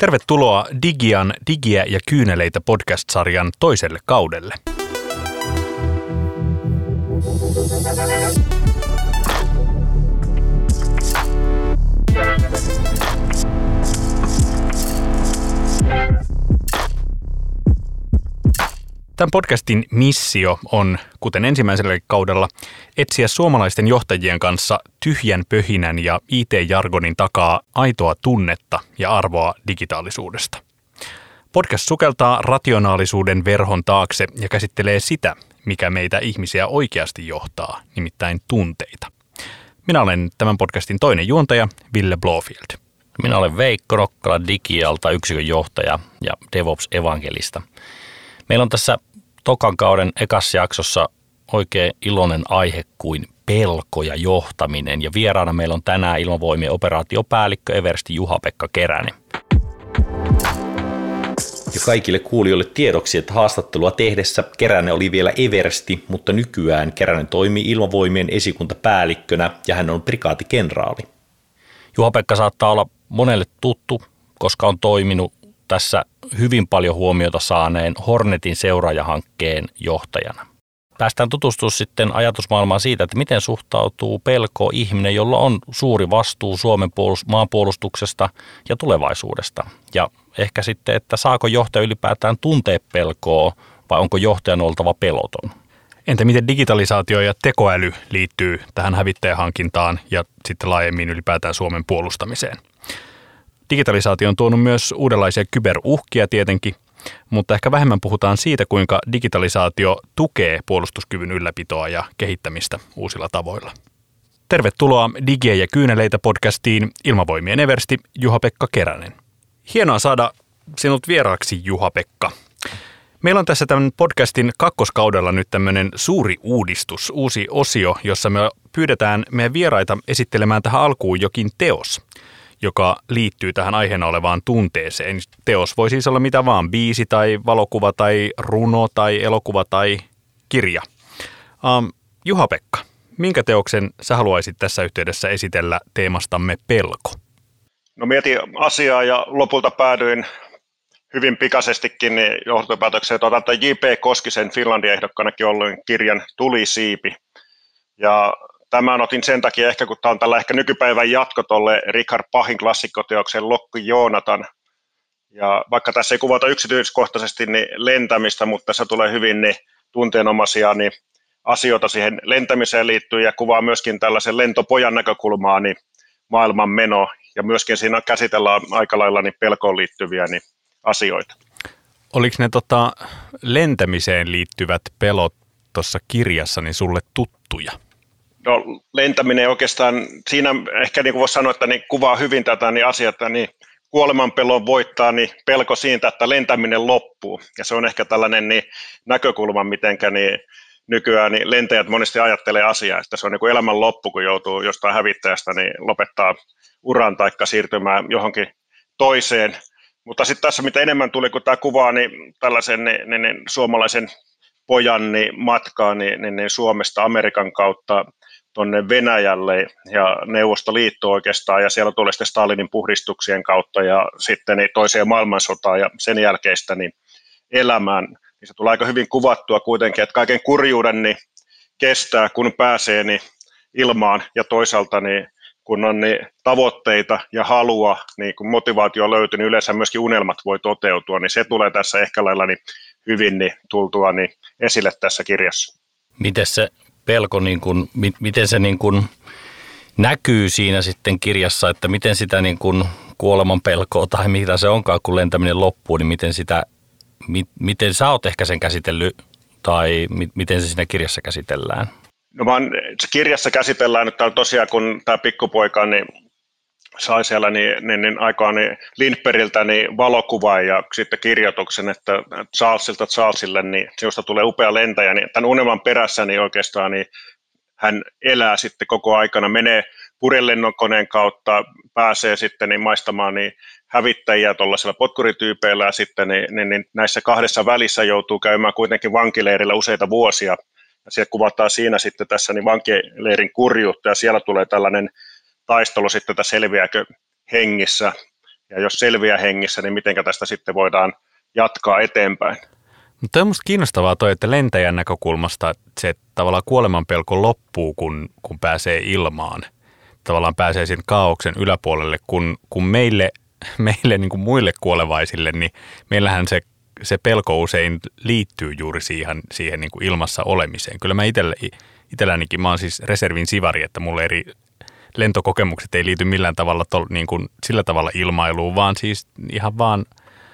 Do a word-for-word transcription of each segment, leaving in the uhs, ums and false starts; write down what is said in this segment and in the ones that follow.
Tervetuloa Digian Digiä ja kyyneleitä podcast-sarjan toiselle kaudelle. Tämän podcastin missio on, kuten ensimmäisellä kaudella, etsiä suomalaisten johtajien kanssa tyhjän pöhinän ja I T-jargonin takaa aitoa tunnetta ja arvoa digitaalisuudesta. Podcast sukeltaa rationaalisuuden verhon taakse ja käsittelee sitä, mikä meitä ihmisiä oikeasti johtaa, nimittäin tunteita. Minä olen tämän podcastin toinen juontaja, Ville Blofield. Minä olen Veikko Nokkala Digialta yksikön johtaja ja DevOps-evankelista. Meillä on tässä tokan kauden ekassa jaksossa oikein iloinen aihe kuin pelko ja johtaminen. Ja vieraana meillä on tänään Ilmavoimien operaatiopäällikkö eversti Juha-Pekka Keränen. Ja kaikille kuulijoille tiedoksi, että haastattelua tehdessä Keränen oli vielä eversti, mutta nykyään Keränen toimii Ilmavoimien esikuntapäällikkönä ja hän on prikaatikenraali. Juha-Pekka saattaa olla monelle tuttu, koska on toiminut tässä hyvin paljon huomiota saaneen Hornetin seuraajahankkeen johtajana. Päästään tutustumaan sitten ajatusmaailmaan siitä, että miten suhtautuu pelko ihminen, jolla on suuri vastuu Suomen puolust- maanpuolustuksesta ja tulevaisuudesta. Ja ehkä sitten, että saako johtaja ylipäätään tuntea pelkoa vai onko johtajan oltava peloton? Entä miten digitalisaatio ja tekoäly liittyy tähän hävittäjähankintaan ja sitten laajemmin ylipäätään Suomen puolustamiseen? Digitalisaatio on tuonut myös uudenlaisia kyberuhkia tietenkin, mutta ehkä vähemmän puhutaan siitä, kuinka digitalisaatio tukee puolustuskyvyn ylläpitoa ja kehittämistä uusilla tavoilla. Tervetuloa Digiä ja kyyneleitä podcastiin Ilmavoimien eversti Juha-Pekka Keränen. Hienoa saada sinut vieraaksi, Juha-Pekka. Meillä on tässä tämän podcastin kakkoskaudella nyt tämmöinen suuri uudistus, uusi osio, jossa me pyydetään meidän vieraita esittelemään tähän alkuun jokin teos, joka liittyy tähän aiheena olevaan tunteeseen. Teos voi siis olla mitä vaan, biisi tai valokuva tai runo tai elokuva tai kirja. Um, Juha-Pekka, minkä teoksen sä haluaisit tässä yhteydessä esitellä teemastamme pelko? No mietin asiaa ja lopulta päädyin hyvin pikaisestikin niin johtopäätökseen, että otan tämän J P Koskisen Finlandia-ehdokkanakin ollut kirjan Tulisiipi. Ja tämän otin sen takia ehkä, kun tämä on tällä ehkä nykypäivän jatko tuolle Richard Bachin klassikkoteoksen Lokki Joonatan. Ja vaikka tässä ei kuvata yksityiskohtaisesti niin lentämistä, mutta tässä tulee hyvin niin tunteenomaisia niin asioita siihen lentämiseen liittyen ja kuvaa myöskin tällaisen lentopojan näkökulmaa niin maailman meno. Ja myöskin siinä käsitellään aika lailla niin pelkoon liittyviä niin asioita. Oliko ne tota, lentämiseen liittyvät pelot tuossa kirjassa niin sulle tuttuja? No lentäminen oikeastaan, siinä ehkä niin kuin voisi sanoa, että niin kuvaa hyvin tätä niin asiaa, niin kuolemanpelon voittaa niin pelko siitä, että lentäminen loppuu. Ja se on ehkä tällainen niin näkökulma, mitenkä niin nykyään niin lentäjät monesti ajattelee asiaa, että se on niin kuin elämän loppu, kun joutuu jostain hävittäjästä niin lopettaa uran tai siirtymään johonkin toiseen. Mutta sitten tässä mitä enemmän tuli, kun tämä kuvaa niin tällaisen niin, niin, niin, suomalaisen pojan niin matkaa niin, niin, niin Suomesta Amerikan kautta tuonne Venäjälle ja Neuvostoliitto oikeastaan, ja siellä tulee sitten Stalinin puhdistuksien kautta ja sitten niin toiseen maailmansotaan ja sen jälkeistä niin elämään. Niin se tulee aika hyvin kuvattua kuitenkin, että kaiken kurjuuden niin kestää, kun pääsee niin ilmaan ja toisaalta niin kun on niin tavoitteita ja halua, niin kun motivaatio löytyy, niin yleensä myöskin unelmat voi toteutua, niin se tulee tässä ehkä lailla niin hyvin niin tultua niin esille tässä kirjassa. Miten se pelko, niin kuin, miten se niin kuin näkyy siinä sitten kirjassa, että miten sitä niin kuin kuoleman pelkoa tai mitä se onkaan, kun lentäminen loppuu, niin miten, sitä, mi, miten sä oot ehkä sen käsitellyt tai mi, miten se siinä kirjassa käsitellään? No vaan kirjassa käsitellään nyt tosiaan, kun tämä pikkupoika niin sai siellä niin, niin, niin aikaan niin Lindbergiltä niin valokuvan ja sitten kirjoituksen, että Charlesilta Charlesille, niin sinusta tulee upea lentäjä, niin tämän unelman perässä niin oikeastaan niin hän elää sitten koko aikana, menee purjelennonkoneen kautta, pääsee sitten niin maistamaan niin hävittäjiä tuollaisilla potkurityypeillä ja sitten niin, niin, niin näissä kahdessa välissä joutuu käymään kuitenkin vankileirillä useita vuosia. Ja siellä kuvataan siinä sitten tässä niin vankileirin kurjuutta ja siellä tulee tällainen taistelu sitten, että selviääkö hengissä. ja jos selviää hengissä, niin miten tästä sitten voidaan jatkaa eteenpäin. Mutta on musta kiinnostavaa toi, että lentäjän näkökulmasta se että tavallaan kuolemanpelko loppuu, kun, kun pääsee ilmaan. Tavallaan pääsee sen kaaoksen yläpuolelle, kun, kun meille, meille niin kuin muille kuolevaisille, niin meillähän se, se pelko usein liittyy juuri siihen, siihen niin kuin ilmassa olemiseen. Kyllä mä itellä, itsellänikin, mä oon siis reservin sivari, että mulle eri lentokokemukset ei liity millään tavalla tol, niin kuin sillä tavalla ilmailuun, vaan siis ihan vaan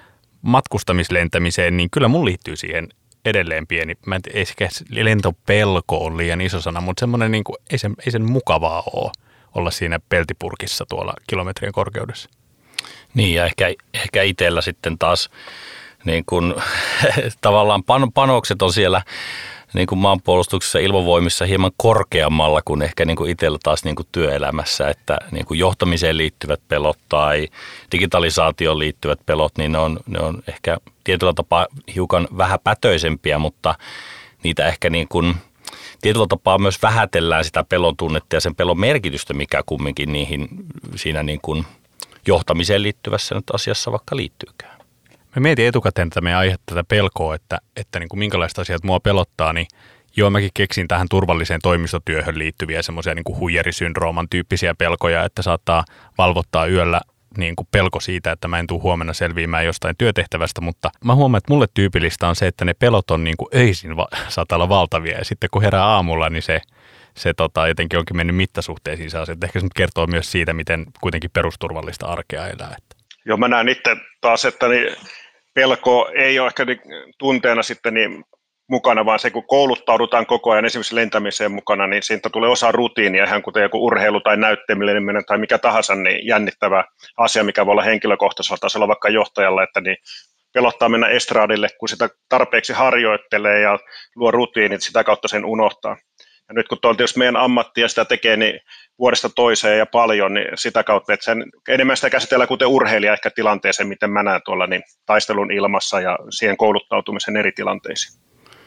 matkustamislentämiseen, niin kyllä mun liittyy siihen edelleen pieni. Mä en tiedä, ehkä lentopelko on liian iso sana, mutta semmoinen niin kuin, ei, sen, ei sen mukavaa ole olla siinä peltipurkissa tuolla kilometrien korkeudessa. Niin ja ehkä, ehkä itsellä sitten taas niin kuin, tavallaan pan, panokset on siellä niin kuin maanpuolustuksessa ilmavoimissa hieman korkeammalla kuin ehkä niin kuin itsellä taas niin kuin työelämässä, että niin kuin johtamiseen liittyvät pelot tai digitalisaatioon liittyvät pelot, niin ne on, ne on ehkä tietyllä tapaa hiukan vähäpätöisempiä, mutta niitä ehkä niin kuin tietyllä tapaa myös vähätellään sitä pelon tunnetta ja sen pelon merkitystä, mikä kumminkin niihin siinä niin kuin johtamiseen liittyvässä nyt asiassa vaikka liittyykään. Mä mietin etukäteen tätä meidän aihetta, tätä pelkoa, että, että niin kuin minkälaiset asiat mua pelottaa, niin joo, mäkin keksin tähän turvalliseen toimistotyöhön liittyviä semmoisia niin kuin huijarisyndrooman tyyppisiä pelkoja, että saattaa valvottaa yöllä niin kuin pelko siitä, että mä en tule huomenna selviämään jostain työtehtävästä, mutta mä huomaan, että mulle tyypillistä on se, että ne pelot on niin kuin öisin va- saattaa olla valtavia ja sitten kun herää aamulla, niin se, se tota, jotenkin onkin mennyt mittasuhteisiin saa se, että ehkä se nyt kertoo myös siitä, miten kuitenkin perusturvallista arkea elää. Että. Joo, mä näen itse taas, että niin pelko ei ole ehkä niin tunteena sitten niin mukana, vaan se kun kouluttaudutaan koko ajan esimerkiksi lentämiseen mukana, niin siitä tulee osa rutiinia, ihan kuten joku urheilu tai näytteleminen tai mikä tahansa, niin jännittävä asia, mikä voi olla henkilökohtaisella tasolla vaikka johtajalla, että niin pelottaa mennä estraadille, kun sitä tarpeeksi harjoittelee ja luo rutiinit, sitä kautta sen unohtaa. Ja nyt kun tuo on tietysti meidän ammatti ja sitä tekee niin vuodesta toiseen ja paljon, niin sitä kautta, että sen, enemmän sitä käsitellään kuten urheilija ehkä tilanteeseen, miten mä näen tuolla niin taistelun ilmassa ja siihen kouluttautumisen eri tilanteisiin.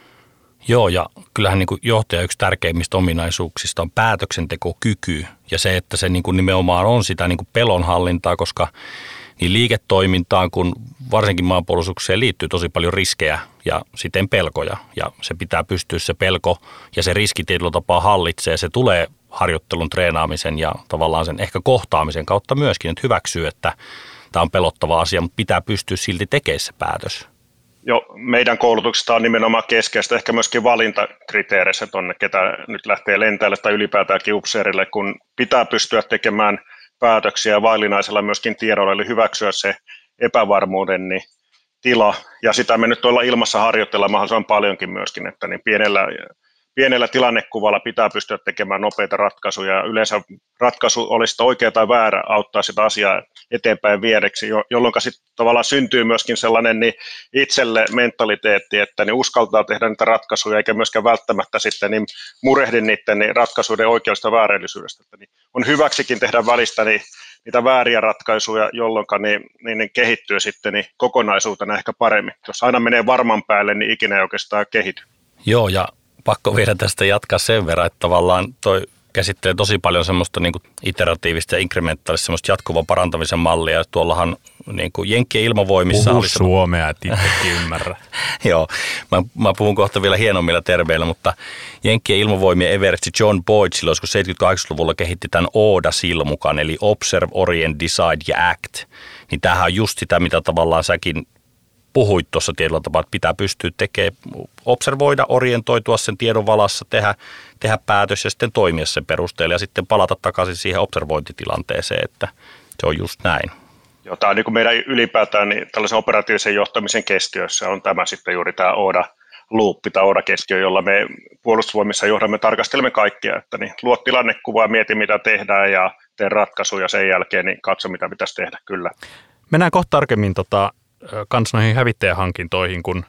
Joo, ja kyllähän niin kuin johtaja yksi tärkeimmistä ominaisuuksista on päätöksentekokyky ja se, että se niin kuin nimenomaan on sitä niin kuin pelonhallintaa, koska niin liiketoimintaan kun varsinkin maanpuolustukseen liittyy tosi paljon riskejä ja siten pelkoja ja se pitää pystyä se pelko ja se riski tietyllä tapaa hallitsee. Se tulee harjoittelun, treenaamisen ja tavallaan sen ehkä kohtaamisen kautta myöskin, että hyväksyy, että tämä on pelottava asia, mutta pitää pystyä silti tekemään se päätös. Jo, meidän koulutuksesta on nimenomaan keskeistä ehkä myöskin valintakriteereissä tuonne, ketä nyt lähtee lentäjälle tai ylipäätäänkin upseerille, kun pitää pystyä tekemään päätöksiä vaillinaisella myöskin tiedolla, eli hyväksyä se epävarmuuden niin, tila, ja sitä me nyt tuolla ilmassa harjoitellaan mahdollisimman paljonkin myöskin, että niin pienellä, pienellä tilannekuvalla pitää pystyä tekemään nopeita ratkaisuja, ja yleensä ratkaisu olisi oikea tai väärä auttaa sitä asiaa eteenpäin viedäksi, jolloin sitten tavallaan syntyy myöskin sellainen niin itselle mentaliteetti, että niin uskaltaa tehdä niitä ratkaisuja, eikä myöskään välttämättä sitten niin murehdi niiden niin ratkaisuiden oikeudesta väärällisyydestä. Että niin on hyväksikin tehdä välistä niin niitä vääriä ratkaisuja, jolloin niin, niin ne kehittyy sitten niin kokonaisuutena ehkä paremmin. Jos aina menee varman päälle, niin ikinä ei oikeastaan kehity. Joo, ja pakko vielä tästä jatkaa sen verran, että tavallaan toi käsittelee tosi paljon semmoista niin kuin iteratiivista ja inkrementaalista semmoista jatkuvan parantamisen mallia. Tuollahan niin kuin Jenkkien ilmavoimissa Puhu oli se... suomea, että itsekin ymmärrä. Joo, mä, mä puhun kohta vielä hienommilla terveillä, mutta Jenkkien ilmavoimien eversti John Boyd silloin, joskus seitsemänkymmentä-kahdeksankymmentäluvulla kehitti tämän O D A-silmukan, eli Observe, Orient, Decide ja Act. Niin tämähän on just sitä, mitä tavallaan säkin puhuit tuossa tietyllä tapaa, että pitää pystyä tekemään, observoida, orientoitua sen tiedon valassa, tehdä, tehdä päätös ja sitten toimia sen perusteella ja sitten palata takaisin siihen observointitilanteeseen, että se on just näin. Joo, tämä on niin kuin meidän ylipäätään niin tällaisen operatiivisen johtamisen keskiössä on tämä sitten juuri tämä O D A-luuppi tai O D A-keskiö, jolla me puolustusvoimissa johdamme, tarkastelemme kaikkia, että niin luo tilannekuvaa, mieti mitä tehdään ja tee ratkaisuja sen jälkeen, niin katso mitä pitäisi tehdä, kyllä. Mennään kohta tarkemmin tota, kans noihin hävittäjähankintoihin, kun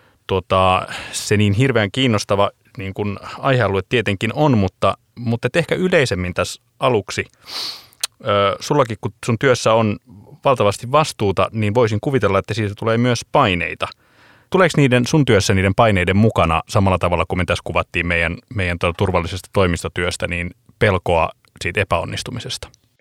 tuota, se niin hirveän kiinnostava niin kun aihealue tietenkin on, mutta, mutta et ehkä yleisemmin tässä aluksi. Ö, sullakin, kun sun työssä on valtavasti vastuuta, niin voisin kuvitella, että siitä tulee myös paineita. Tuleeko niiden, sun työssä niiden paineiden mukana samalla tavalla kuin me tässä kuvattiin meidän, meidän turvallisesta toimistotyöstä, niin pelkoa siitä epäonnistumisesta?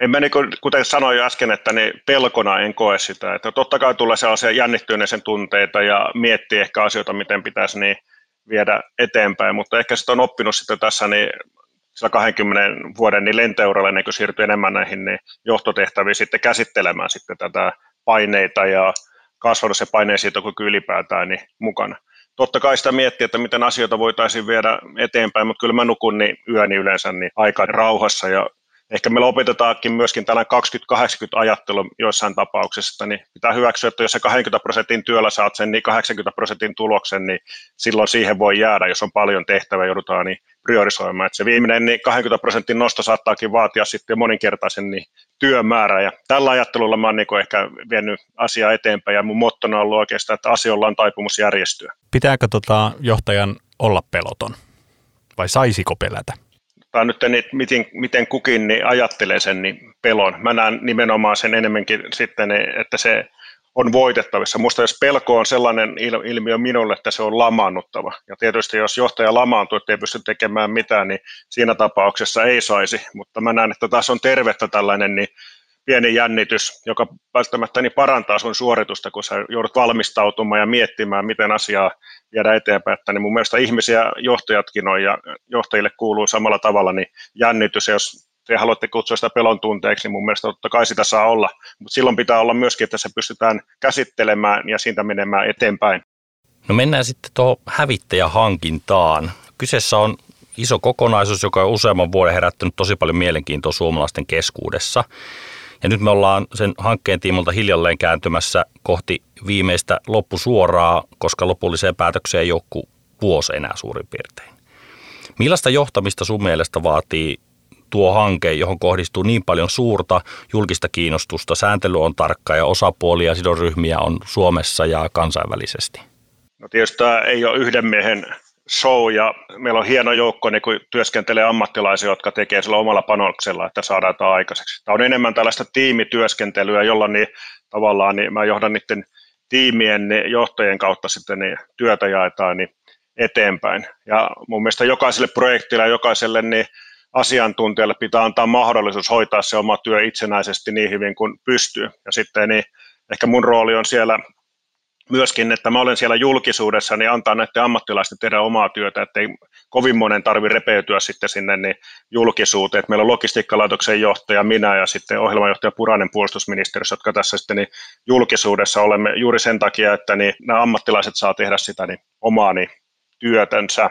en mä niin kuin, kuten sanoin jo äsken, että niin pelkona en koe sitä, että totta kai tulee sellaisia jännittyneisen tunteita ja miettii ehkä asioita, miten pitäisi niin viedä eteenpäin, mutta ehkä sitä on oppinut sitten tässä niin kahdenkymmenen vuoden niin lentouralle, niin kun siirtyy enemmän näihin niin johtotehtäviin sitten käsittelemään sitten tätä paineita ja kasvanut se paineensietokyky ylipäätään niin mukana. Totta kai sitä miettii, että miten asioita voitaisiin viedä eteenpäin, mutta kyllä mä nukun niin yöni yleensä niin aika rauhassa ja ehkä meillä opetetaankin myöskin tällainen kaksikymmentä kahdeksankymmentä ajattelu joissain tapauksissa, niin pitää hyväksyä, että jos sä kaksikymmentä prosentin työllä saat sen niin kahdeksankymmentä prosentin tuloksen, niin silloin siihen voi jäädä, jos on paljon tehtävää, joudutaan niin priorisoimaan. Että se viimeinen niin kaksikymmentä prosentin nosto saattaakin vaatia sitten moninkertaisen niin työmäärän. Ja tällä ajattelulla mä oon niin ehkä vienyt asiaa eteenpäin ja mun mottona on ollut oikeastaan, että asioilla on taipumus järjestyä. Pitääkö tota johtajan olla peloton vai saisiko pelätä? Tai nyt miten, miten kukin niin ajattelee sen niin pelon. Mä näen nimenomaan sen enemmänkin sitten, että se on voitettavissa. Musta jos pelko on sellainen ilmiö minulle, että se on lamaannuttava. Ja tietysti jos johtaja lamaantuu, ettei pysty tekemään mitään, niin siinä tapauksessa ei saisi. Mutta mä näen, että taas on tervettä tällainen niin pieni jännitys, joka välttämättä niin parantaa sun suoritusta, kun sä joudut valmistautumaan ja miettimään, miten asiaa viedä eteenpäin. Että niin mun mielestä ihmisiä johtajatkin on ja johtajille kuuluu samalla tavalla niin jännitys. Ja jos te haluatte kutsua sitä pelon tunteeksi, niin mun mielestä totta kai sitä saa olla. Mutta silloin pitää olla myöskin, että se pystytään käsittelemään ja siitä menemään eteenpäin. No mennään sitten tuohon hävittäjähankintaan. Kyseessä on iso kokonaisuus, joka on useamman vuoden herättänyt tosi paljon mielenkiintoa suomalaisten keskuudessa. Ja nyt me ollaan sen hankkeen tiimolta hiljalleen kääntymässä kohti viimeistä loppusuoraa, koska lopulliseen päätökseen ei ole kuin vuosi enää suurin piirtein. Millaista johtamista sun mielestä vaatii tuo hanke, johon kohdistuu niin paljon suurta julkista kiinnostusta, sääntely on tarkka ja osapuolia ja sidosryhmiä on Suomessa ja kansainvälisesti? No tietysti tämä ei ole yhden miehen show ja meillä on hieno joukko, niin kun työskentelee ammattilaisia, jotka tekee sillä omalla panoksella, että saadaan tämä aikaiseksi. Tämä on enemmän tällaista tiimityöskentelyä, jolla niin, tavallaan niin mä johdan niiden tiimien niin, johtajien kautta sitten niin, työtä jaetaan niin, eteenpäin. Ja mun mielestä jokaiselle projektille ja jokaiselle niin, asiantuntijalle pitää antaa mahdollisuus hoitaa se oma työ itsenäisesti niin hyvin kuin pystyy. Ja sitten niin, ehkä mun rooli on siellä myöskin, että mä olen siellä julkisuudessa, niin antaa näiden ammattilaisten tehdä omaa työtä, ettei kovin monen tarvitse repeytyä sitten sinne niin julkisuuteen. Että meillä on logistiikkalaitoksen johtaja, minä ja sitten ohjelmanjohtaja Puranen puolustusministeriössä, jotka tässä sitten niin julkisuudessa olemme juuri sen takia, että niin nämä ammattilaiset saa tehdä sitä niin omaa niin työtänsä.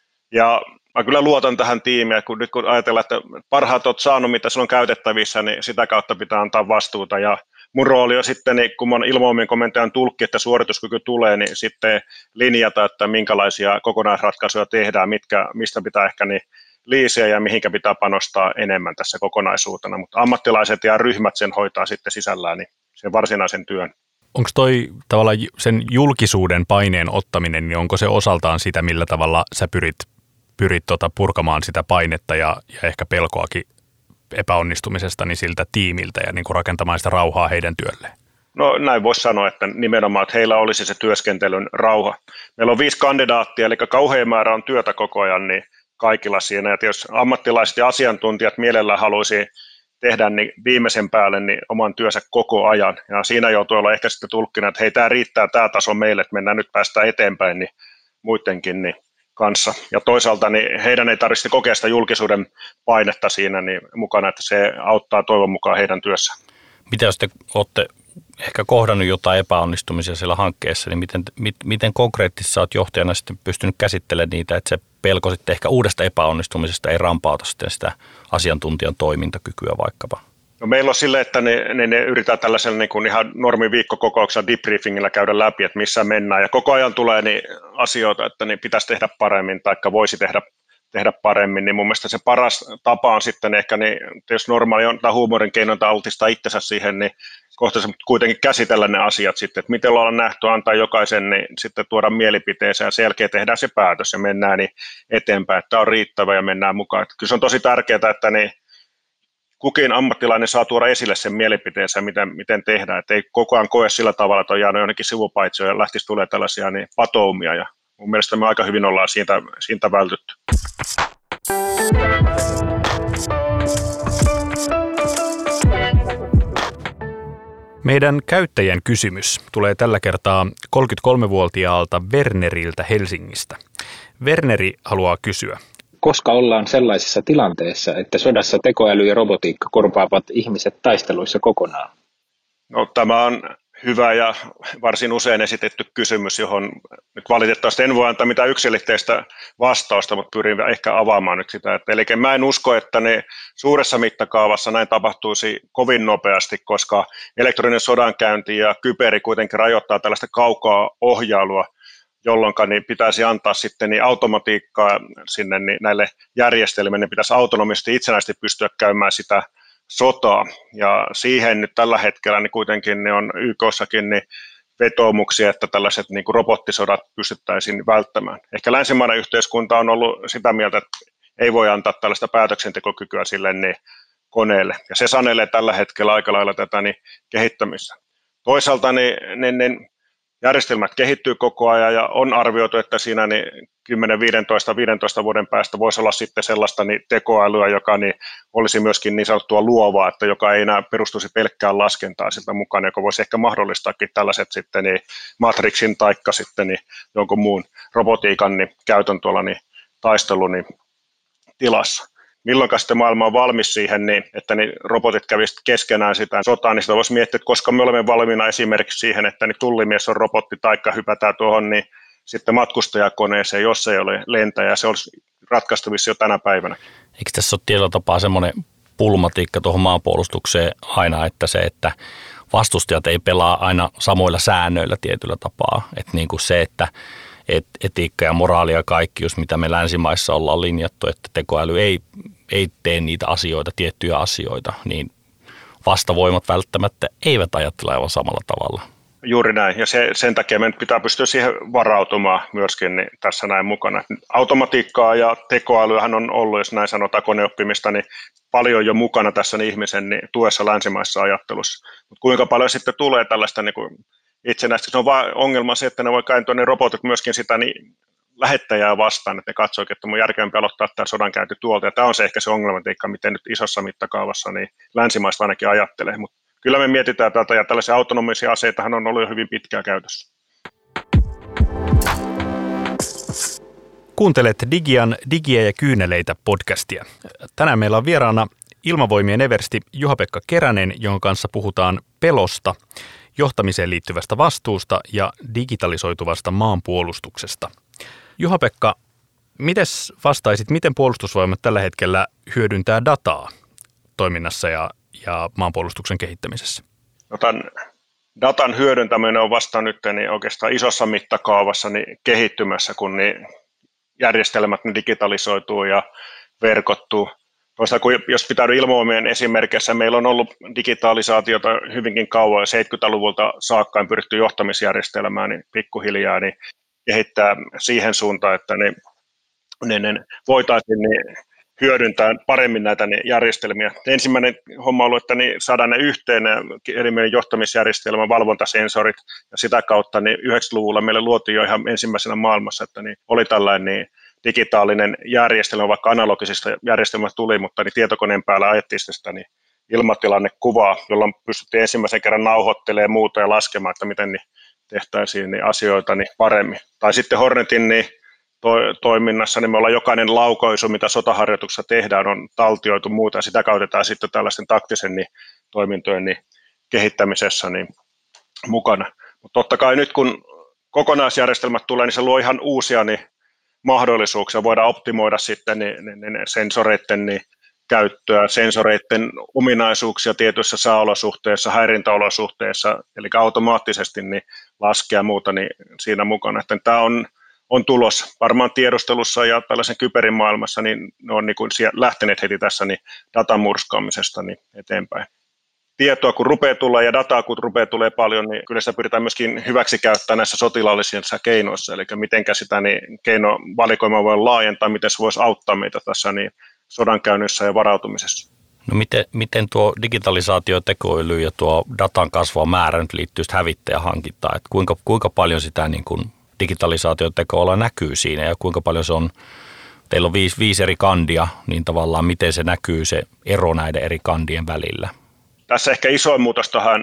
Ja mä kyllä luotan tähän tiimiin, kun nyt kun ajatellaan, että parhaat olet saanut, mitä sulla on käytettävissä, niin sitä kautta pitää antaa vastuuta. Ja mun rooli on sitten, niin kun mä oon ilmavoimien komentajan tulkki, että suorituskyky tulee, niin sitten linjata, että minkälaisia kokonaisratkaisuja tehdään, mitkä, mistä pitää ehkä niin liisiä ja mihinkä pitää panostaa enemmän tässä kokonaisuutena. Mutta ammattilaiset ja ryhmät sen hoitaa sitten sisällään niin sen varsinaisen työn. Onko toi tavallaan sen julkisuuden paineen ottaminen, niin onko se osaltaan sitä, millä tavalla sä pyrit pyrit tota purkamaan sitä painetta ja, ja ehkä pelkoakin epäonnistumisesta niin siltä tiimiltä ja niin kuin rakentamaan sitä rauhaa heidän työlleen? No näin voisi sanoa, että nimenomaan, että heillä olisi se työskentelyn rauha. Meillä on viisi kandidaattia, eli kauhean määrä on työtä koko ajan niin kaikilla siinä. Ja jos ammattilaiset ja asiantuntijat mielellään haluaisi tehdä niin viimeisen päälle niin oman työnsä koko ajan. Ja siinä joutuu olla ehkä sitten tulkkina, että hei, tämä riittää tämä taso meille, että mennään nyt päästään eteenpäin niin muidenkin niin kanssa. Ja toisaalta niin heidän ei tarvitse kokea sitä julkisuuden painetta siinä niin mukana, että se auttaa toivon mukaan heidän työssään. Mitä jos te olette ehkä kohdannut jotain epäonnistumisia siellä hankkeessa, niin miten, mit, miten konkreettisesti olet johtajana sitten pystynyt käsittelemään niitä, että se pelko sitten ehkä uudesta epäonnistumisesta ei rampauta sitten sitä asiantuntijan toimintakykyä vaikkapa? No meillä on sille, että ne, ne, ne yritetään tällaisella niin kuin ihan normiviikkokokouksella debriefingillä käydä läpi, että missä mennään. Ja koko ajan tulee niin asioita, että niin pitäisi tehdä paremmin tai voisi tehdä, tehdä paremmin. Niin mun mielestä se paras tapa on sitten ehkä, niin, jos normaali on tai huumorin keinoin tai altistaa itsensä siihen, niin kohtaisesti kuitenkin käsitellä ne asiat sitten, että miten ollaan nähty, antaa jokaisen niin sitten tuoda mielipiteensä ja sen jälkeen tehdään se päätös ja mennään niin eteenpäin, että tämä on riittävä ja mennään mukaan. Että kyllä se on tosi tärkeää, että niin kukin ammattilainen saa tuoda esille sen mielipiteensä, miten, miten tehdään, että ei koko ajan koe sillä tavalla, että on jäänyt jonnekin sivupaitsioon ja lähtisi tulee tällaisia niin patoumia ja mun mielestä me aika hyvin ollaan siitä, siitä vältytty. Meidän käyttäjän kysymys tulee tällä kertaa kolmekymmentäkolmevuotiaalta Werneriltä Helsingistä. Werneri haluaa kysyä. Koska ollaan sellaisessa tilanteessa, että sodassa tekoäly ja robotiikka korvaavat ihmiset taisteluissa kokonaan? No, tämä on hyvä ja varsin usein esitetty kysymys, johon nyt valitettavasti en voi antaa mitään yksilitteistä vastausta, mutta pyrin ehkä avaamaan nyt sitä. Eli mä en usko, että ne suuressa mittakaavassa näin tapahtuisi kovin nopeasti, koska elektroninen sodankäynti ja kyberi kuitenkin rajoittaa tällaista kaukaa ohjailua, jolloin niin pitäisi antaa sitten niin automatiikkaa sinne niin näille järjestelmille, ne pitäisi autonomisesti itsenäisesti pystyä käymään sitä sotaa, ja siihen nyt tällä hetkellä niin kuitenkin ne on Y K:ssakin niin vetoomuksia, että tällaiset niin kuin robottisodat pystyttäisiin välttämään. Ehkä länsimainen yhteiskunta on ollut sitä mieltä, että ei voi antaa tällaista päätöksentekokykyä sille niin koneelle, ja se sanelee tällä hetkellä aika lailla tätä niin kehittämistä. Toisaalta niin, niin, niin järjestelmät kehittyy koko ajan ja on arvioitu, että siinä niin kymmenen viisitoista vuoden päästä voisi olla sitten sellaista niin tekoälyä, joka niin olisi myöskin niin sanottua luovaa, että joka ei enää perustuisi pelkkään laskentaan siltä mukana, joka voisi ehkä mahdollistaakin tällaiset sitten niin Matrixin taikka sitten niin jonkun muun robotiikan niin käytön tuolla niin taistelun niin tilassa. Milloinka sitten maailma on valmis siihen, niin, että niin robotit kävisivät keskenään sitä sotaa, niin sitä voisi miettiä, että koska me olemme valmiina esimerkiksi siihen, että niin tullimies on robotti, taikka hypätään tuohon niin sitten matkustajakoneeseen, jos ei ole lentäjä, se olisi ratkaistavissa jo tänä päivänä. Eikö tässä ole tietyllä tapaa semmoinen pulmatiikka tuohon maanpuolustukseen aina, että se, että vastustajat ei pelaa aina samoilla säännöillä tietyllä tapaa, että niin kuin se, että Et, etiikka ja moraali ja kaikki, jos mitä me länsimaissa ollaan linjattu, että tekoäly ei, ei tee niitä asioita, tiettyjä asioita, niin vastavoimat välttämättä eivät ajattele aivan samalla tavalla. Juuri näin, ja se, sen takia meidän pitää pystyä siihen varautumaan myöskin niin tässä näin mukana. Automatiikkaa ja tekoälyhän on ollut, jos näin sanotaan koneoppimista, niin paljon jo mukana tässä niin ihmisen niin tuessa länsimaissa ajattelussa. Mutta kuinka paljon sitten tulee tällaista niin kuin itsenäisesti, se on vaan ongelma se, että ne voi kääntyä ne robotit myöskin sitä niin lähettäjää vastaan, että ne katsoo, että mun järkevämpi aloittaa tämä sodankäynti tuolta, ja tämä on se ehkä se ongelmatiikka, miten nyt isossa mittakaavassa niin länsimaista ainakin ajattelee, mutta kyllä me mietitään tätä, ja tällaisia autonomisia aseitahan on ollut jo hyvin pitkään käytössä. Kuuntelet Digian Digiä ja kyyneleitä podcastia. Tänään meillä on vieraana Ilmavoimien eversti Juha-Pekka Keränen, jonka kanssa puhutaan pelosta, johtamiseen liittyvästä vastuusta ja digitalisoituvasta maanpuolustuksesta. Juha-Pekka, mites vastaisit, miten puolustusvoimat tällä hetkellä hyödyntää dataa toiminnassa ja, ja maanpuolustuksen kehittämisessä? No tämän datan hyödyntäminen on vasta nyt niin oikeastaan isossa mittakaavassa niin kehittymässä, kun niin järjestelmät niin digitalisoituu ja verkottuu. Toisaalta jos pitää Ilmavoimien esimerkissä, meillä on ollut digitalisaatiota hyvinkin kauan, seitsemänkymmentäluvulta saakka on pyritty johtamisjärjestelmään niin pikkuhiljaa niin kehittää siihen suuntaan, että ne, ne, ne voitaisiin niin hyödyntää paremmin näitä niin järjestelmiä. Ensimmäinen homma on ollut, että niin saadaan ne yhteen, eli meidän johtamisjärjestelmä, valvontasensorit, ja sitä kautta niin yhdeksänkymmentäluvulla meille luotiin jo ihan ensimmäisenä maailmassa, että niin oli tällainen niin digitaalinen järjestelmä, vaikka analogisista järjestelmistä tuli, mutta niin tietokoneen päällä ajettiin sitä niin ilmatilannekuvaa, jolloin pystyttiin ensimmäisen kerran nauhoittelemaan muuta ja laskemaan, että miten niin tehtäisiin niin asioita niin paremmin. Tai sitten Hornetin niin to- toiminnassa niin me ollaan jokainen laukaisu, mitä sotaharjoituksessa tehdään, on taltioitu muuta, ja sitä käytetään sitten tällaisten taktisen niin toimintojen niin kehittämisessä niin mukana. Mutta totta kai nyt kun kokonaisjärjestelmät tulee, niin se luo ihan uusia niin mahdollisuuksia, voidaan optimoida sitten niin, niin, niin sensoreiden niin käyttöä, sensoreiden ominaisuuksia tietyissä sääolosuhteissa, häirintäolosuhteissa, eli automaattisesti niin laskea muuta niin siinä mukana. Että tämä on, on tulos varmaan tiedustelussa ja tällaisen kyberin maailmassa, niin ne on niin kuin lähteneet heti tässä niin datan murskaamisesta niin eteenpäin. Tietoa kun rupeaa tulla ja dataa kun rupeaa tulee paljon, niin kyllä sitä pyritään myöskin hyväksi käyttää näissä sotilaallisissa keinoissa, eli miten sitä niin keinovalikoimaa voi laajentaa, miten se voisi auttaa meitä tässä niin sodankäynnissä ja varautumisessa. No miten, miten tuo digitalisaatio, tekoäly ja tuo datan kasvava määrä nyt liittyy hävittäjähankintaan, että kuinka, kuinka paljon sitä niin kuin digitalisaatio tekoälyä näkyy siinä ja kuinka paljon se on, teillä on viisi, viisi eri kandia, niin tavallaan miten se näkyy se ero näiden eri kandien välillä? Tässä ehkä isoin muutos tähän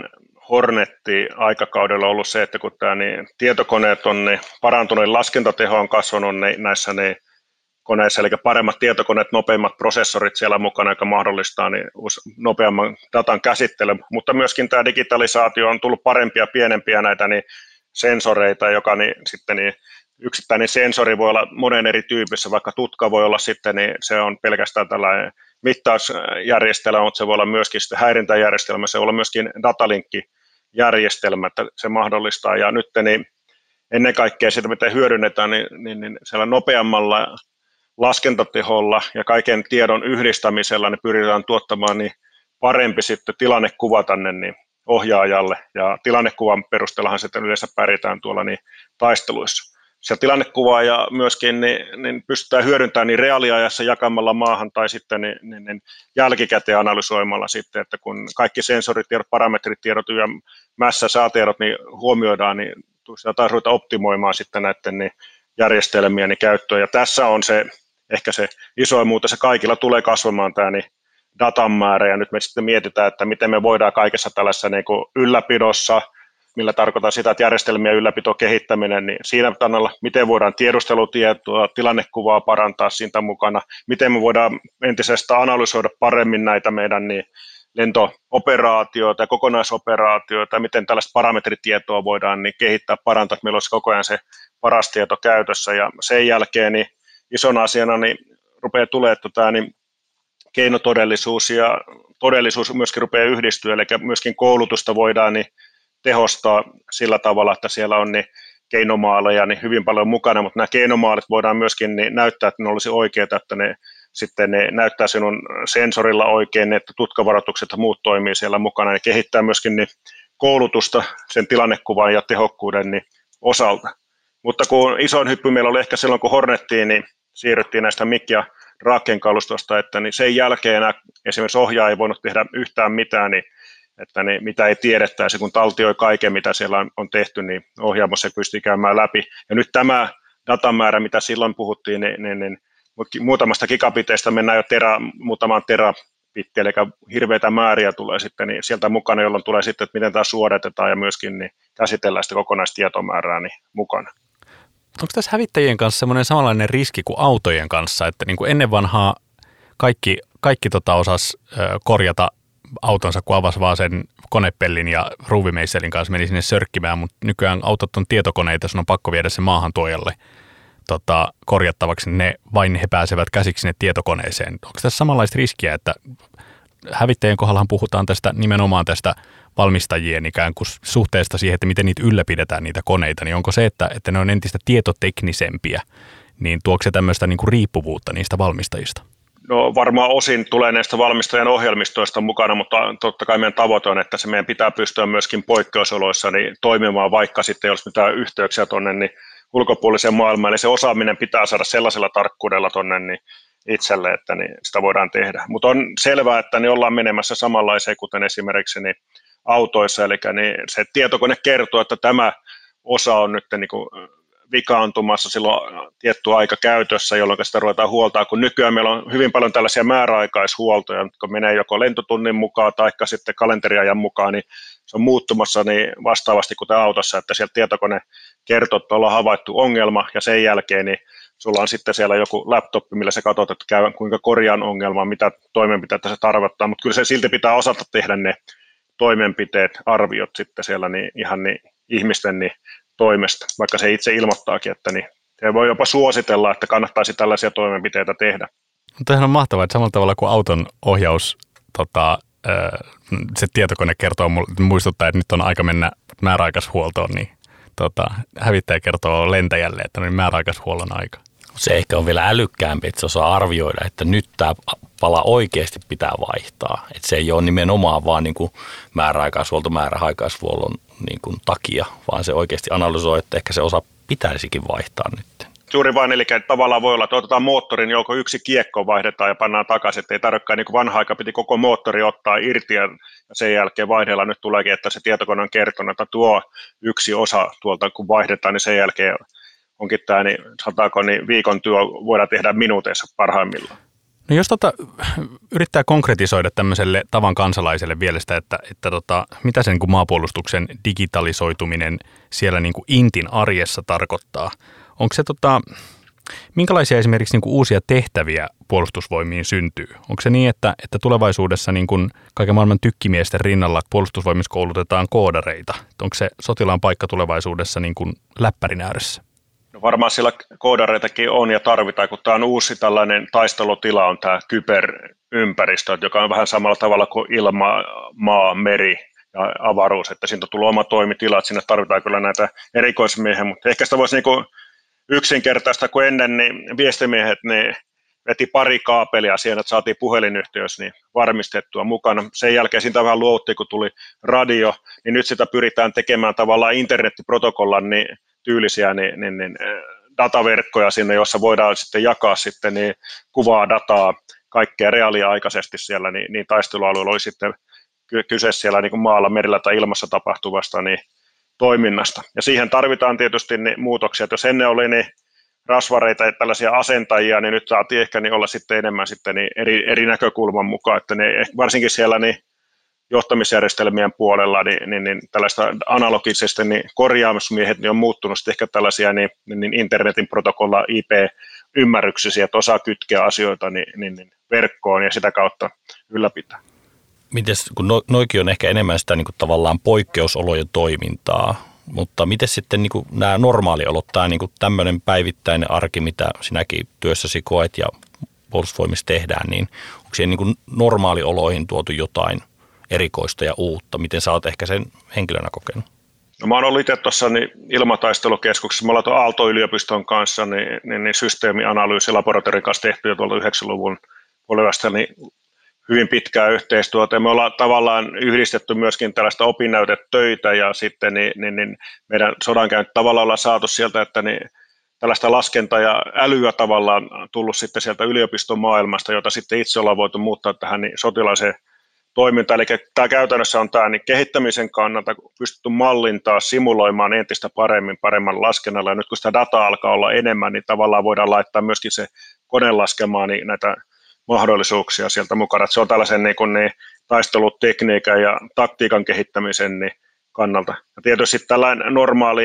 Hornetti-aikakaudella ollut se, että kun tämä niin, tietokoneet on niin, parantunut, laskentateho on kasvanut niin, näissä niin, koneissa, eli paremmat tietokoneet, nopeimmat prosessorit siellä mukana, joka mahdollistaa niin, nopeamman datan käsittelyn, mutta myöskin tämä digitalisaatio on tullut parempia, pienempiä näitä niin, sensoreita, joka niin, sitten niin, yksittäinen sensori voi olla monen eri tyypissä, vaikka tutka voi olla sitten, niin se on pelkästään tällainen mittausjärjestelmä, mutta se voi olla myöskin sitten häirintäjärjestelmä, se voi olla myöskin datalinkkijärjestelmä, että se mahdollistaa, ja nyt niin ennen kaikkea sitä, miten hyödynnetään, niin, niin, niin siellä nopeammalla laskentateholla ja kaiken tiedon yhdistämisellä niin pyritään tuottamaan niin parempi sitten tilannekuva tänne niin ohjaajalle, ja tilannekuvan perusteellahan sitten yleensä pärjätään tuolla niin taisteluissa. Se tilannekuva ja myöskin niin, niin pystytään hyödyntämään niin reaaliajassa jakamalla maahan tai sitten niin, niin, niin jälkikäteen analysoimalla sitten, että kun kaikki sensoritiedot, parametritiedot ja mässä säätiedot niin huomioidaan, niin sitä taas ruvetaan optimoimaan sitten näiden niin järjestelmien niin käyttöön. Ja tässä on se ehkä se isoin muutos, se kaikilla tulee kasvamaan tämä niin datan määrä, ja nyt me sitten mietitään, että miten me voidaan kaikessa tällaisessa niin kuin ylläpidossa, millä tarkoittaa sitä, että järjestelmien ylläpito kehittäminen, niin siinä kannalla, miten voidaan tiedustelutietoa, tilannekuvaa parantaa siitä mukana, miten me voidaan entisestä analysoida paremmin näitä meidän niin lento-operaatioita ja kokonaisoperaatioita, ja miten tällaista parametritietoa voidaan niin kehittää, parantaa, että meillä olisi koko ajan se paras tieto käytössä, ja sen jälkeen niin isona asiana niin rupeaa tulemaan tota, niin keinotodellisuus, ja todellisuus myöskin rupeaa yhdistyä, eli myöskin koulutusta voidaan niin tehostaa sillä tavalla, että siellä on niin keinomaaleja niin hyvin paljon mukana, mutta nämä keinomaalit voidaan myöskin niin näyttää, että ne olisi oikeita, että ne sitten ne näyttää sinun sensorilla oikein, että tutkavaroitukset ja muut toimii siellä mukana, ja kehittää myöskin niin koulutusta sen tilannekuvan ja tehokkuuden niin osalta. Mutta kun isoin hyppy meillä oli ehkä silloin, kun Hornettiin, niin siirryttiin näistä M I G ja Raken kalustosta, että niin sen jälkeen enää esimerkiksi ohjaaja ei voinut tehdä yhtään mitään, niin että niin, mitä ei tiedettäisi, kun taltioi kaiken, mitä siellä on, on tehty, niin ohjaamossa se pystyy käymään läpi. Ja nyt tämä datamäärä, mitä silloin puhuttiin, niin, niin, niin muutamasta gigabiteista mennään jo tera, muutamaan terabittiin, eli hirveitä määriä tulee sitten niin sieltä mukana, jolloin tulee sitten, että miten tämä suodatetaan ja myöskin niin käsitellään sitä kokonaistietomäärää niin mukana. Onko tässä hävittäjien kanssa semmoinen samanlainen riski kuin autojen kanssa, että niin kuin ennen vanhaa kaikki, kaikki tota osasi korjata autonsa, kun avasi vaan sen konepellin ja ruuvimeisselin kanssa meni sinne sörkkimään, mutta nykyään autot on tietokoneita, sun on pakko viedä se maahantuojalle tota, korjattavaksi, ne vain he pääsevät käsiksi sinne tietokoneeseen. Onko tässä samanlaista riskiä, että hävittäjien kohdallahan puhutaan tästä nimenomaan tästä valmistajien ikään kuin suhteesta siihen, että miten niitä ylläpidetään niitä koneita, niin onko se, että, että ne on entistä tietoteknisempiä, niin tuoko se tämmöistä niin kuin riippuvuutta niistä valmistajista? No varmaan osin tulee näistä valmistajan ohjelmistoista mukana, mutta totta kai meidän tavoite on, että se meidän pitää pystyä myöskin poikkeusoloissa niin toimimaan, vaikka sitten ei olisi mitään yhteyksiä tuonne niin ulkopuoliseen maailmaan, eli se osaaminen pitää saada sellaisella tarkkuudella tuonne niin itselle, että niin sitä voidaan tehdä. Mutta on selvää, että niin ollaan menemässä samanlaiseen, kuten esimerkiksi niin autoissa, eli niin se tietokone kertoo, että tämä osa on nyt niin kuin vikaantumassa silloin tietty aika käytössä, jolloin sitä ruvetaan huoltaa, kun nykyään meillä on hyvin paljon tällaisia määräaikaishuoltoja, jotka menee joko lentotunnin mukaan tai sitten kalenteriajan mukaan, niin se on muuttumassa niin vastaavasti kuten autossa, että sieltä tietokone kertoo, että ollaan havaittu ongelma, ja sen jälkeen niin sulla on sitten siellä joku laptoppi, millä sä katsot, että käy, kuinka korjaan ongelmaa, mitä toimenpiteitä se tarkoittaa, mutta kyllä se silti pitää osata tehdä ne toimenpiteet, arviot sitten siellä niin ihan niin ihmisten niin toimesta, vaikka se itse ilmoittaakin, että niin se voi jopa suositella, että kannattaisi tällaisia toimenpiteitä tehdä. Tämähän on mahtavaa, että samalla tavalla kuin auton ohjaus, tota, se tietokone kertoo, muistuttaa, että nyt on aika mennä määräaikaishuoltoon, niin tota, hävittäjä kertoo lentäjälle, että on määräaikaishuollon aika. Se ehkä on vielä älykkäämpi, että se osaa arvioida, että nyt tämä pala oikeasti pitää vaihtaa. Että se ei ole nimenomaan vaan niin kuin määräaikaishuolto määräaikaishuollon niin kuin takia, vaan se oikeasti analysoi, että ehkä se osa pitäisikin vaihtaa nyt. Juuri vain, eli tavallaan voi olla, että otetaan moottorin, joko yksi kiekko vaihdetaan ja pannaan takaisin, että ei tarvitsekaan niin kuin vanha aika piti koko moottori ottaa irti ja sen jälkeen vaihdella. Nyt tuleekin, että se tietokone on kertonut, että tuo yksi osa tuolta kun vaihdetaan, niin sen jälkeen onkin tämä, niin sanotaanko, niin viikon työ voidaan tehdä minuuteissa parhaimmillaan. No jos tota, yrittää konkretisoida tämmöiselle tavan kansalaiselle vielä sitä, että, että tota, mitä se niin kuin maapuolustuksen digitalisoituminen siellä niin kuin intin arjessa tarkoittaa. Onko se, tota, minkälaisia esimerkiksi niin kuin uusia tehtäviä puolustusvoimiin syntyy? Onko se niin, että, että tulevaisuudessa niin kuin kaiken maailman tykkimiesten rinnalla puolustusvoimissa koulutetaan koodareita? Onko se sotilaan paikka tulevaisuudessa niin kuin läppärin ääressä? No varmaan siellä koodareitakin on ja tarvitaan, kun tämä on uusi tällainen taistelutila, on tämä kyberympäristö, joka on vähän samalla tavalla kuin ilma, maa, meri ja avaruus, että siitä on tullut oma toimitila, että sinne tarvitaan kyllä näitä erikoismiehiä, mutta ehkä sitä voisi niin kuin yksinkertaista kuin ennen, niin viestimiehet niin veti pari kaapelia siihen, että saatiin puhelinyhteys niin varmistettua mukana. Sen jälkeen siitä vähän luovuttiin, kun tuli radio, niin nyt sitä pyritään tekemään tavallaan internettiprotokollan niin tyylisiä niin, niin, niin, dataverkkoja sinne, jossa voidaan sitten jakaa sitten niin kuvaa, dataa, kaikkea reaaliaikaisesti siellä, niin, niin taistelualueella oli sitten kyse siellä niin kuin maalla, merillä tai ilmassa tapahtuvasta niin toiminnasta. Ja siihen tarvitaan tietysti niin muutoksia, että jos ennen oli niin rasvareita ja tällaisia asentajia, niin nyt saatiin ehkä niin olla sitten enemmän sitten niin eri, eri näkökulman mukaan, että ne, varsinkin siellä niin johtamisjärjestelmien puolella, niin, niin, niin tällaista analogisesti niin korjaamismiehet niin on muuttunut sitten ehkä tällaisia niin, niin internetin protokolla I P-ymmärryksisiä, että osaa kytkeä asioita niin, niin, niin verkkoon ja sitä kautta ylläpitää. Mites, kun no, noikin on ehkä enemmän sitä niin kuin tavallaan poikkeusolojen toimintaa, mutta miten sitten niin kuin nämä normaaliolot, tämä niin kuin tämmöinen päivittäinen arki, mitä sinäkin työssäsi koet ja puolustusvoimissa tehdään, niin onko siihen niin kuin normaalioloihin tuotu jotain erikoista ja uutta? Miten sä oot ehkä sen henkilönä kokenut? No mä oon ollut itse tuossa niin ilmataistelukeskuksessa, me ollaan tuon Aalto-yliopiston kanssa niin, niin, niin systeemianalyysilaboratorion kanssa tehty jo tuolta yhdeksänkymmentäluvun puolesta niin hyvin pitkää yhteistyötä. Ja me ollaan tavallaan yhdistetty myöskin tällaista opinnäytetöitä ja sitten niin, niin, niin meidän sodankäynti tavallaan ollaan saatu sieltä, että niin tällaista laskenta- ja älyä tavallaan tullut sitten sieltä yliopiston maailmasta, jota sitten itse ollaan voitu muuttaa tähän niin sotilaiseen toiminta, eli tämä käytännössä on tämä niin kehittämisen kannalta pystytty mallintaa, simuloimaan entistä paremmin, paremman laskennalla, ja nyt kun sitä dataa alkaa olla enemmän, niin tavallaan voidaan laittaa myöskin se kone laskemaan niin näitä mahdollisuuksia sieltä mukana, että se on tällaisen niin kuin, niin, taistelutekniikan ja taktiikan kehittämisen niin, kannalta. Ja tietysti tällainen normaali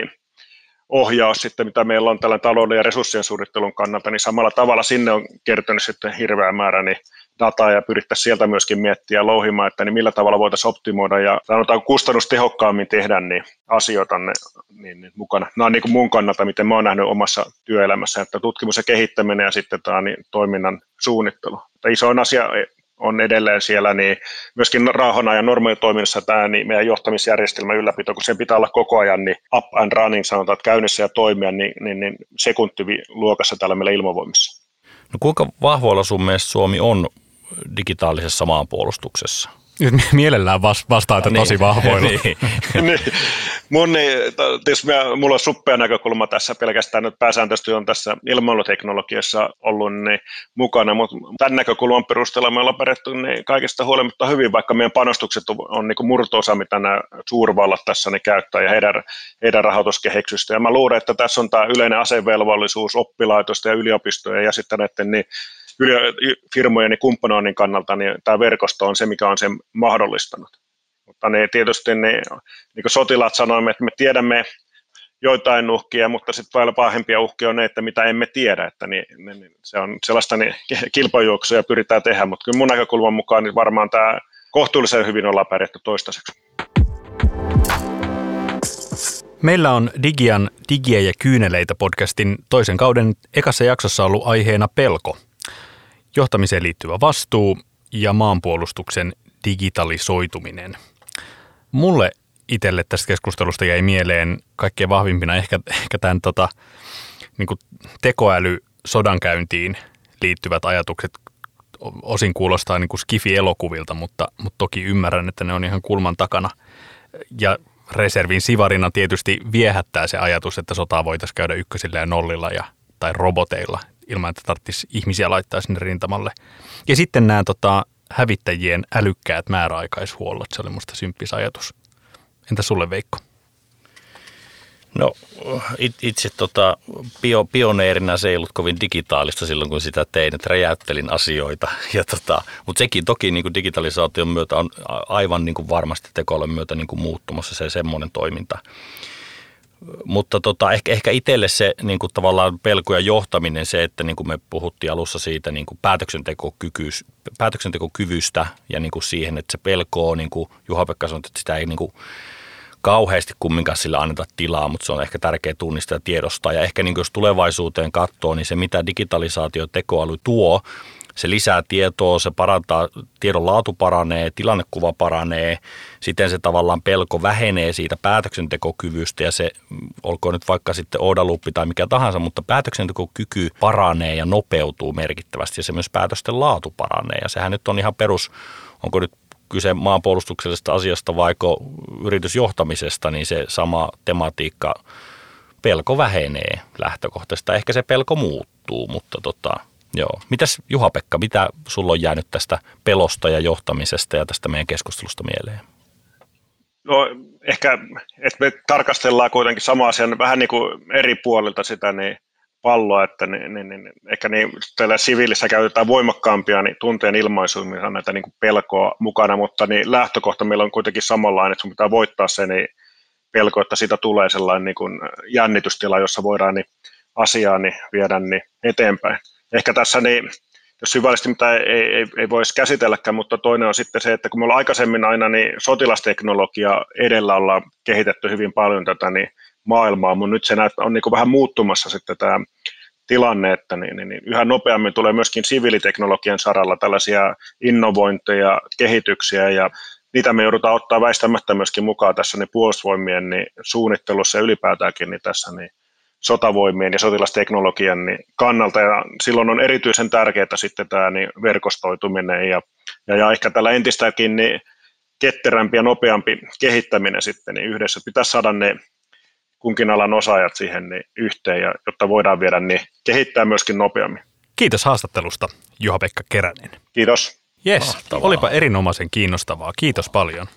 ohjaus sitten, mitä meillä on tällainen talouden ja resurssien suunnittelun kannalta, niin samalla tavalla sinne on kertynyt sitten hirveä määrä niin dataa ja pyrittäisiin sieltä myöskin miettiä ja louhimaan, että niin millä tavalla voitaisiin optimoida ja sanotaan kustannustehokkaammin tehdä niin asioita ne, niin, niin mukana. Nämä on niin kuin mun kannalta, miten mä oon nähnyt omassa työelämässä, että tutkimus ja kehittäminen ja sitten tämä niin toiminnan suunnittelu. Mutta isoin asia on edelleen siellä niin myöskin rauhana ja normaalitoiminnassa tämä niin meidän johtamisjärjestelmä ylläpito, kun sen pitää olla koko ajan niin up and running, sanotaan, että käynnissä ja toimia niin, niin, niin sekuntiluokassa täällä meillä ilmavoimissa. No kuinka vahvoilla sun mielestä Suomi on digitaalisessa maanpuolustuksessa? Mielellään vastaa, että tosi vahvoilla. niin. niin. Mun, niin, tietysti mulla on suppea näkökulma tässä pelkästään, nyt pääsääntöisesti on tässä ilmailuteknologiassa ollut niin, mukana, mutta tämän näkökulman perusteella me ollaan pärjätty niin, kaikesta huolimatta hyvin, vaikka meidän panostukset on, on niin kuin murto-osa, mitä nämä suurvallat tässä niin, käyttää ja heidän, heidän rahoituskeheksystä. Ja mä luulen, että tässä on tämä yleinen asevelvollisuus oppilaitosta ja yliopistoja ja sitten näiden niin, firmojen ja kumppanoinnin kannalta niin tämä verkosto on se, mikä on sen mahdollistanut. Mutta ne, tietysti ne, niin kuin sotilaat sanoimme, että me tiedämme joitain uhkia, mutta sitten vielä pahempia uhkia on ne, että mitä emme tiedä. Että niin, niin, se on sellaista niin, kilpajuoksua pyritään tehdä, mutta kyllä mun näkökulman mukaan niin varmaan tämä kohtuullisen hyvin ollaan pärjätty toistaiseksi. Meillä on Digian Digiä ja kyyneleitä podcastin toisen kauden ekassa jaksossa ollut aiheena pelko, johtamiseen liittyvä vastuu ja maanpuolustuksen digitalisoituminen. Mulle itselle tästä keskustelusta jäi mieleen kaikkein vahvimpina ehkä, ehkä tämän tota, niin kuin tekoäly sodankäyntiin liittyvät ajatukset. Osin kuulostaa niin kuin skifi-elokuvilta, mutta, mutta toki ymmärrän, että ne on ihan kulman takana. Ja reservin sivarina tietysti viehättää se ajatus, että sotaa voitaisiin käydä ykkösillä ja nollilla ja, tai roboteilla ilman, että tarvitsisi ihmisiä laittaa sinne rintamalle. Ja sitten nämä tota, hävittäjien älykkäät määräaikaishuollot, se oli musta symppis ajatus. Entä sulle, Veikko? No itse tota, bio, pioneerina se ei ollut kovin digitaalista silloin, kun sitä tein, että räjäyttelin asioita. Ja tota, mutta sekin toki niin kuin digitalisaation myötä on aivan niin kuin varmasti tekoälyn myötä niin kuin muuttumassa se semmoinen toiminta. Mutta tota, ehkä, ehkä itselle se niin kuin tavallaan pelko ja johtaminen, se, että niin kuin me puhuttiin alussa siitä niin kuin päätöksentekokykyys, päätöksentekokyvystä ja niin kuin siihen, että se pelko, niin kuin Juha-Pekka sanoi, että sitä ei niin kuin kauheasti kumminkaan sillä anneta tilaa, mutta se on ehkä tärkeä tunnistaa ja tiedostaa. Ja ehkä niin kuin jos tulevaisuuteen katsoo, niin se mitä digitalisaatio tekoäly tuo, se lisää tietoa, se parantaa, tiedon laatu paranee, tilannekuva paranee, siten se tavallaan pelko vähenee siitä päätöksentekokyvystä ja se, olkoon nyt vaikka sitten oodaluppi tai mikä tahansa, mutta päätöksentekokyky paranee ja nopeutuu merkittävästi ja se myös päätösten laatu paranee ja sehän nyt on ihan perus, onko nyt kyse maanpuolustuksellisesta asiasta vaiko yritysjohtamisesta, niin se sama tematiikka, pelko vähenee lähtökohtaisesti. Ehkä se pelko muuttuu, mutta tota, joo. Mitäs Juha-Pekka, mitä sulla on jäänyt tästä pelosta ja johtamisesta ja tästä meidän keskustelusta mieleen? No ehkä, että me tarkastellaan kuitenkin sama asian vähän niin kuin eri puolilta sitä niin palloa, että niin, niin, niin, ehkä niin, tällä siviilissä käytetään voimakkaampia niin tunteen ilmaisuja, näitä niin kuin pelkoa mukana, mutta niin lähtökohta meillä on kuitenkin samanlainen, että sun pitää voittaa se niin pelko, että siitä tulee sellainen niin kuin jännitystila, jossa voidaan niin asiaa niin viedä niin eteenpäin. Ehkä tässä niin, jos syvällisesti mitä ei, ei, ei voisi käsitelläkään, mutta toinen on sitten se, että kun me ollaan aikaisemmin aina niin sotilasteknologia edellä ollaan kehitetty hyvin paljon tätä niin maailmaa, mutta nyt se on niin kuin vähän muuttumassa sitten tämä tilanne, että niin, niin, niin yhä nopeammin tulee myöskin siviiliteknologian saralla tällaisia innovointeja, kehityksiä ja niitä me joudutaan ottaa väistämättä myöskin mukaan tässä niin puolustusvoimien niin suunnittelussa ja ylipäätäänkin niin tässä niin sotavoimien ja sotilasteknologian niin kannalta ja silloin on erityisen tärkeää sitten tämä niin verkostoituminen ja, ja, ja ehkä tällä entistäkin niin ketterämpi ja nopeampi kehittäminen sitten niin yhdessä pitäisi saada ne kunkin alan osaajat siihen niin yhteen, ja, jotta voidaan viedä niin kehittää myöskin nopeammin. Kiitos haastattelusta, Juha-Pekka Keränen. Kiitos. Jes, olipa erinomaisen kiinnostavaa. Kiitos paljon.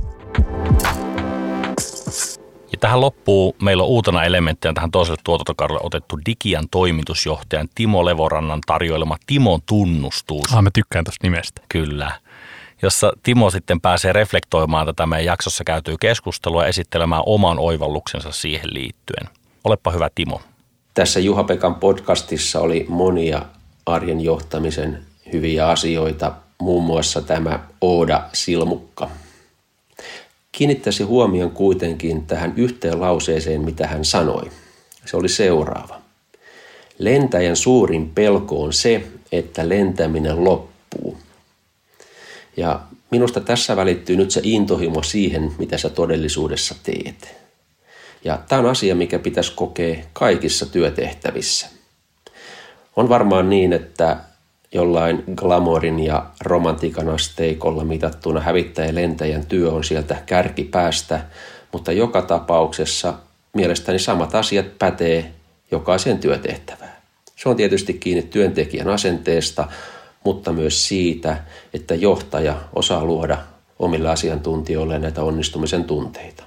Ja tähän loppuu meillä on uutena elementtinä tähän toiselle tuotantokaudelle otettu Digian toimitusjohtajan Timo Levorannan tarjoilema Timon tunnustus. Ah, mä tykkään tuosta nimestä. Kyllä. Jossa Timo sitten pääsee reflektoimaan tätä meidän jaksossa käytyä keskustelua ja esittelemään oman oivalluksensa siihen liittyen. Olepa hyvä, Timo. Tässä Juha-Pekan podcastissa oli monia arjen johtamisen hyviä asioita, muun muassa tämä Ooda-silmukka. Kiinnittäisin huomion kuitenkin tähän yhteen lauseeseen, mitä hän sanoi. Se oli seuraava. Lentäjän suurin pelko on se, että lentäminen loppuu. Ja minusta tässä välittyy nyt se intohimo siihen, mitä sä todellisuudessa teet. Ja tämä on asia, mikä pitäisi kokea kaikissa työtehtävissä. On varmaan niin, että jollain glamourin ja romantiikan asteikolla mitattuna hävittäjän lentäjän työ on sieltä kärkipäästä, mutta joka tapauksessa mielestäni samat asiat pätee jokaiseen työtehtävään. Se on tietysti kiinni työntekijän asenteesta, mutta myös siitä, että johtaja osaa luoda omille asiantuntijoille näitä onnistumisen tunteita.